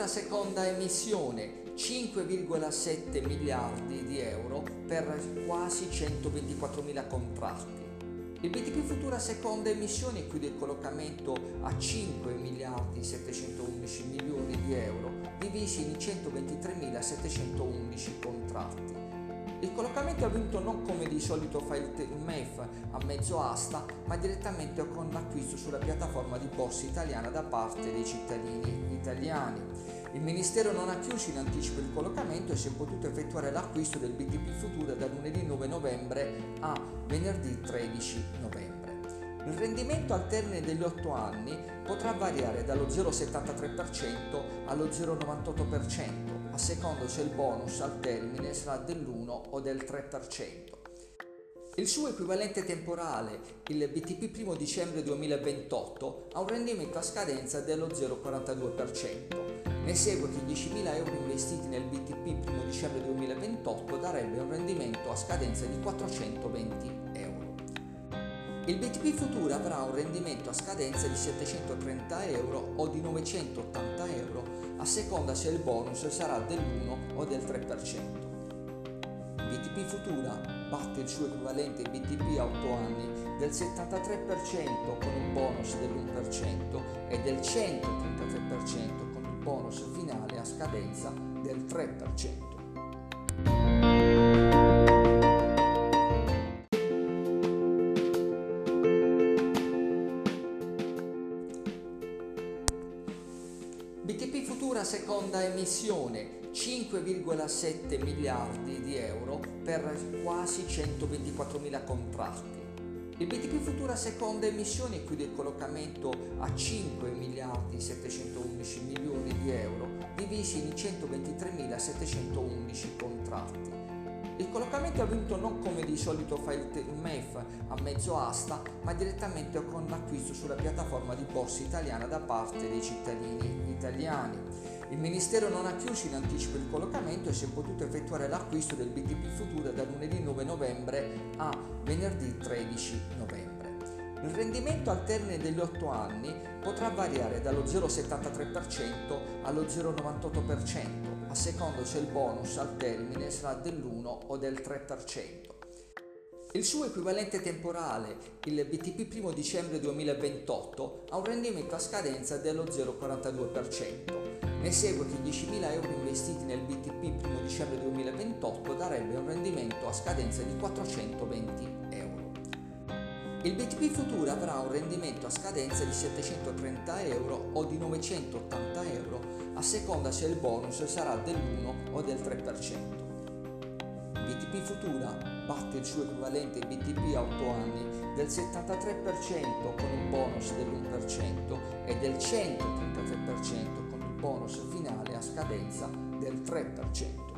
Futura seconda emissione, 5,7 miliardi di euro per quasi 124.000 contratti. Il BTP Futura seconda emissione chiude il collocamento a 5 miliardi 711 milioni di euro divisi in 123.711 contratti. Il collocamento è avvenuto non come di solito fa il MEF a mezzo asta, ma direttamente con l'acquisto sulla piattaforma di borsa italiana da parte dei cittadini italiani. Il Ministero non ha chiuso in anticipo il collocamento e si è potuto effettuare l'acquisto del BTP Futura da lunedì 9 novembre a venerdì 13 novembre. Il rendimento al termine degli 8 anni potrà variare dallo 0,73% allo 0,98%, a seconda se il bonus al termine sarà dell'1 o del 3%. Il suo equivalente temporale, il BTP 1 dicembre 2028, ha un rendimento a scadenza dello 0,42%. Ne segue che 10.000 euro investiti nel BTP 1 dicembre 2028 darebbe un rendimento a scadenza di 420 euro. Il BTP Futura avrà un rendimento a scadenza di 730 euro o di 980 euro, a seconda se il bonus sarà dell'1 o del 3%. BTP Futura batte il suo equivalente BTP a 8 anni del 73% con un bonus dell'1% e del 133% con il bonus finale a scadenza del 3%. BTP Futura seconda emissione, 5,7 miliardi di euro per quasi 124.000 contratti. Il BTP Futura seconda emissione chiude il collocamento a 5 miliardi 711 milioni di euro divisi in 123.711 contratti. Il collocamento è avvenuto non come di solito fa il MEF a mezzo asta, ma direttamente con l'acquisto sulla piattaforma di borsa italiana da parte dei cittadini italiani. Il Ministero non ha chiuso in anticipo il collocamento e si è potuto effettuare l'acquisto del BTP Futura da lunedì 9 novembre a venerdì 13 novembre. Il rendimento al termine degli 8 anni potrà variare dallo 0,73% allo 0,98%, a seconda se il bonus al termine sarà dell'1 o del 3%. Il suo equivalente temporale, il BTP 1 dicembre 2028, ha un rendimento a scadenza dello 0,42%. Ne segue che 10.000 euro investiti nel BTP 1 dicembre 2028 darebbe un rendimento a scadenza di 420 euro. Il BTP Futura avrà un rendimento a scadenza di 730 euro o di 980 euro, a seconda se il bonus sarà dell'1 o del 3%. BTP Futura batte il suo equivalente BTP a 8 anni del 73% con un bonus dell'1% e del 133% con il bonus finale a scadenza del 3%.